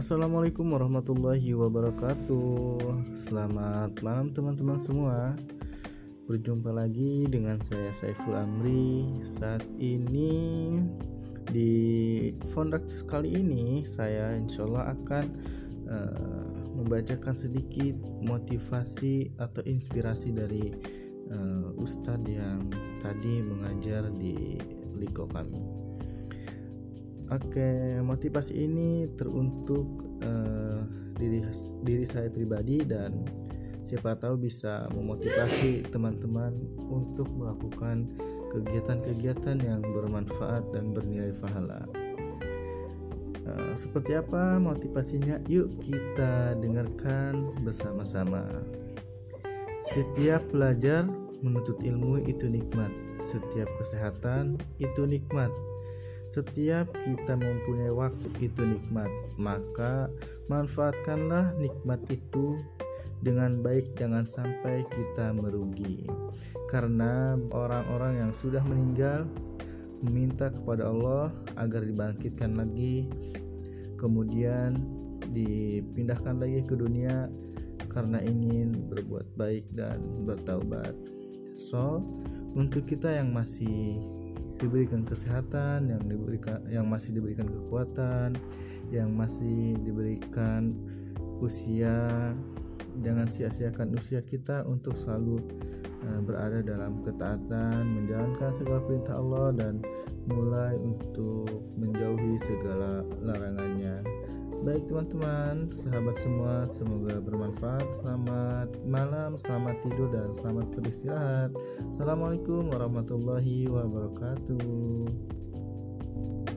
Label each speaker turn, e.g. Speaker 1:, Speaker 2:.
Speaker 1: Assalamualaikum warahmatullahi wabarakatuh. Selamat malam teman-teman semua. Berjumpa lagi dengan saya Saiful Amri. Saat ini di Fondax kali ini saya insyaallah akan membacakan sedikit motivasi atau inspirasi dari Ustadz yang tadi mengajar di Liko kami. Oke, motivasi ini teruntuk diri saya pribadi dan siapa tahu bisa memotivasi teman-teman untuk melakukan kegiatan-kegiatan yang bermanfaat dan bernilai pahala. Seperti apa motivasinya? Yuk kita dengarkan bersama-sama. Setiap belajar menuntut ilmu itu nikmat. Setiap kesehatan itu nikmat. Setiap kita mempunyai waktu itu nikmat, maka manfaatkanlah nikmat itu dengan baik, jangan sampai kita merugi. Karena orang-orang yang sudah meninggal meminta kepada Allah agar dibangkitkan lagi, kemudian dipindahkan lagi ke dunia karena ingin berbuat baik dan bertaubat. So, untuk kita yang masih diberikan kesehatan, yang masih diberikan kekuatan, yang masih diberikan usia, jangan sia-siakan usia kita untuk selalu berada dalam ketaatan, menjalankan segala perintah Allah dan mulai untuk menjauhi segala larangannya. Baik teman-teman, sahabat semua, semoga bermanfaat. Selamat malam, selamat tidur dan selamat beristirahat. Assalamualaikum warahmatullahi wabarakatuh.